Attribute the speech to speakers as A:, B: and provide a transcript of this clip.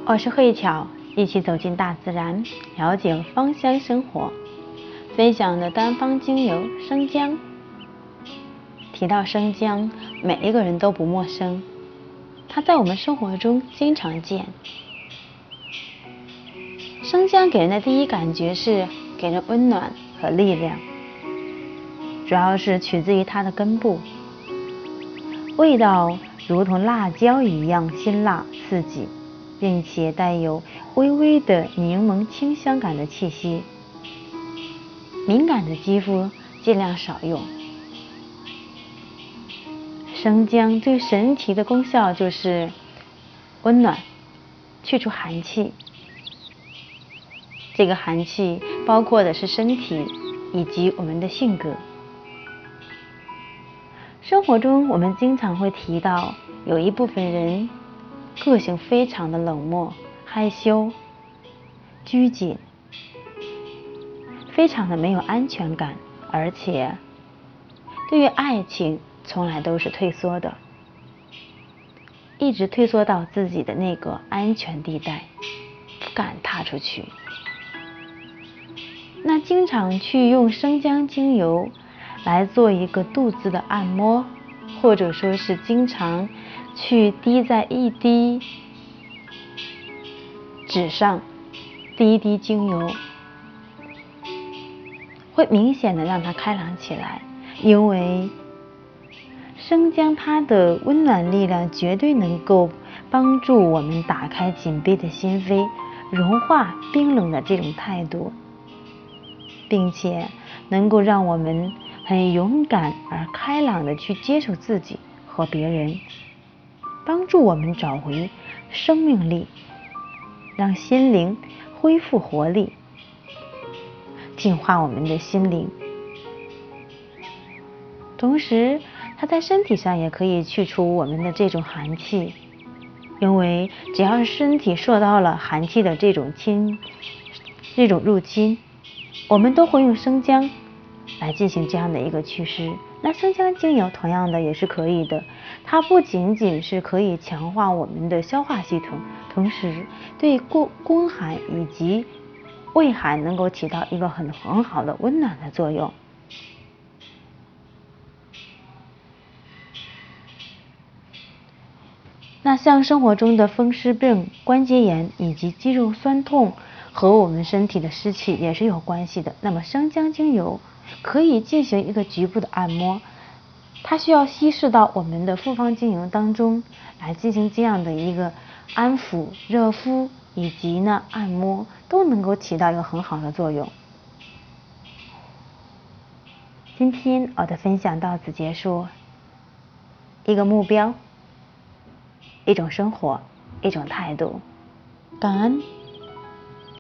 A: 我是慧巧，一起走进大自然，了解芳香生活。分享的单方精油生姜。提到生姜，每一个人都不陌生，它在我们生活中经常见。生姜给人的第一感觉是给人温暖和力量，主要是取自于它的根部，味道如同辣椒一样辛辣刺激，并且带有微微的柠檬清香感的气息。敏感的肌肤尽量少用。生姜对身体的功效就是温暖，去除寒气。这个寒气包括的是身体以及我们的性格。生活中我们经常会提到，有一部分人个性非常的冷漠、害羞、拘谨，非常的没有安全感，而且对于爱情从来都是退缩的，一直退缩到自己的那个安全地带，不敢踏出去。那经常去用生姜精油来做一个肚子的按摩，或者说是经常去滴在一滴纸上，滴一滴精油，会明显的让它开朗起来。因为生姜它的温暖力量绝对能够帮助我们打开紧闭的心扉，融化冰冷的这种态度，并且能够让我们很勇敢而开朗的去接受自己和别人，帮助我们找回生命力，让心灵恢复活力，净化我们的心灵。同时它在身体上也可以去除我们的这种寒气，因为只要是身体受到了寒气的这种入侵，我们都会用生姜来进行这样的一个祛湿。那生姜精油同样的也是可以的，它不仅仅是可以强化我们的消化系统，同时对宫寒以及胃寒能够起到一个很好的温暖的作用。那像生活中的风湿病、关节炎以及肌肉酸痛和我们身体的湿气也是有关系的。那么生姜精油可以进行一个局部的按摩，它需要稀释到我们的复方精油当中来进行这样的一个安抚、热敷以及呢按摩，都能够起到一个很好的作用。今天我的分享到此结束。一个目标，一种生活，一种态度。感恩。